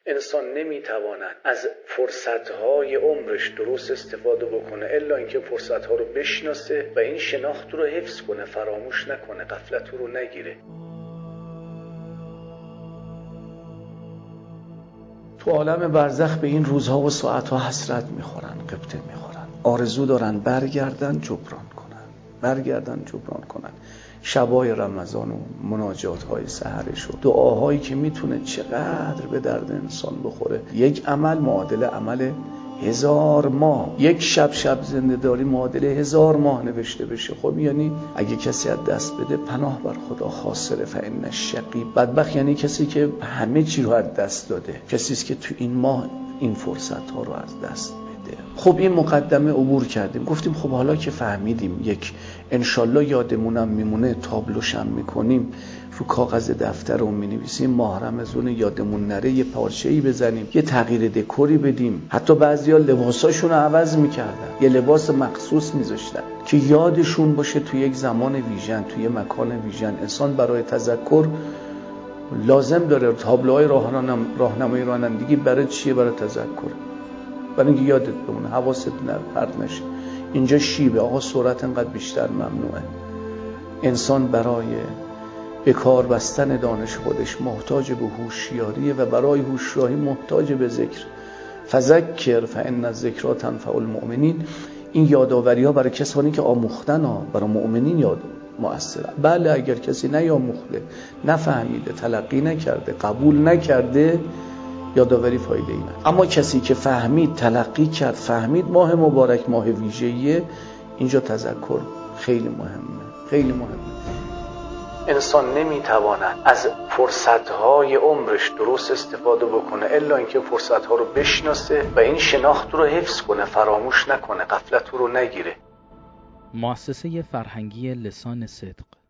انسان نمیتواند از فرصتهای عمرش درست استفاده بکنه الا اینکه فرصتها رو بشناسه و این شناخت رو حفظ کنه، فراموش نکنه، غفلت رو نگیره. تو عالم برزخ به این روزها و ساعتها حسرت میخورن، غبطه میخورن، آرزو دارن برگردن جبران کنن. شبای رمضان و مناجات‌های سحرش و دعاهایی که میتونه چقدر به درد انسان بخوره. یک عمل معادل عمل 1000 ماه، یک شب زنده داری معادل 1000 ماه نوشته بشه. خب یعنی اگه کسی از دست بده پناه بر خدا، خاسره فإن الشقی. بدبخت یعنی کسی که همه چی رو از دست داده، کسی است که تو این ماه این فرصت‌ها رو از دست بده. خب این مقدمه عبور کردیم، گفتیم خب حالا که فهمیدیم، یک انشالله یادمونم میمونه، تابلوشم میکنیم، رو کاغذ دفتر رو مینویسیم، ماه رمضان یادمون نره یه پارچه‌ای بزنیم، یه تغییر دکوری بدیم. حتی بعضیا لباساشون رو عوض میکردن، یه لباس مخصوص میذاشتن که یادشون باشه توی یک زمان ویژن، توی مکان ویژن. انسان برای تذکر لازم داره تابلوهای راهنمایی رانندگی. برای چیه؟ برای تذکر، برای اینکه یادت بمونه، حواست پرت نشه. اینجا شیبه، آقا سرعت انقدر بیشتر ممنوعه. انسان برای به کار بستن دانش خودش محتاج به هوشیاریه و برای هوشیاری محتاج به ذکر. فذکر فإن الذکری تنفع المؤمنین. این یاداوری ها برای کسانی که آموختن ها، برای مؤمنین یاد مؤثره. بله اگر کسی نیاموخته، نفهمیده، تلقی نکرده، قبول نکرده، یاداوری فایده ای نداره. اما کسی که فهمید، تلقی کرد، فهمید ماه مبارک ماه ویژه‌ایه، اینجا تذکر خیلی مهمه. انسان نمیتواند از فرصتهای عمرش درست استفاده بکنه الا اینکه فرصتها رو بشناسه و این شناخت رو حفظ کنه، فراموش نکنه، غفلت رو نگیره. مؤسسه فرهنگی لسان صدق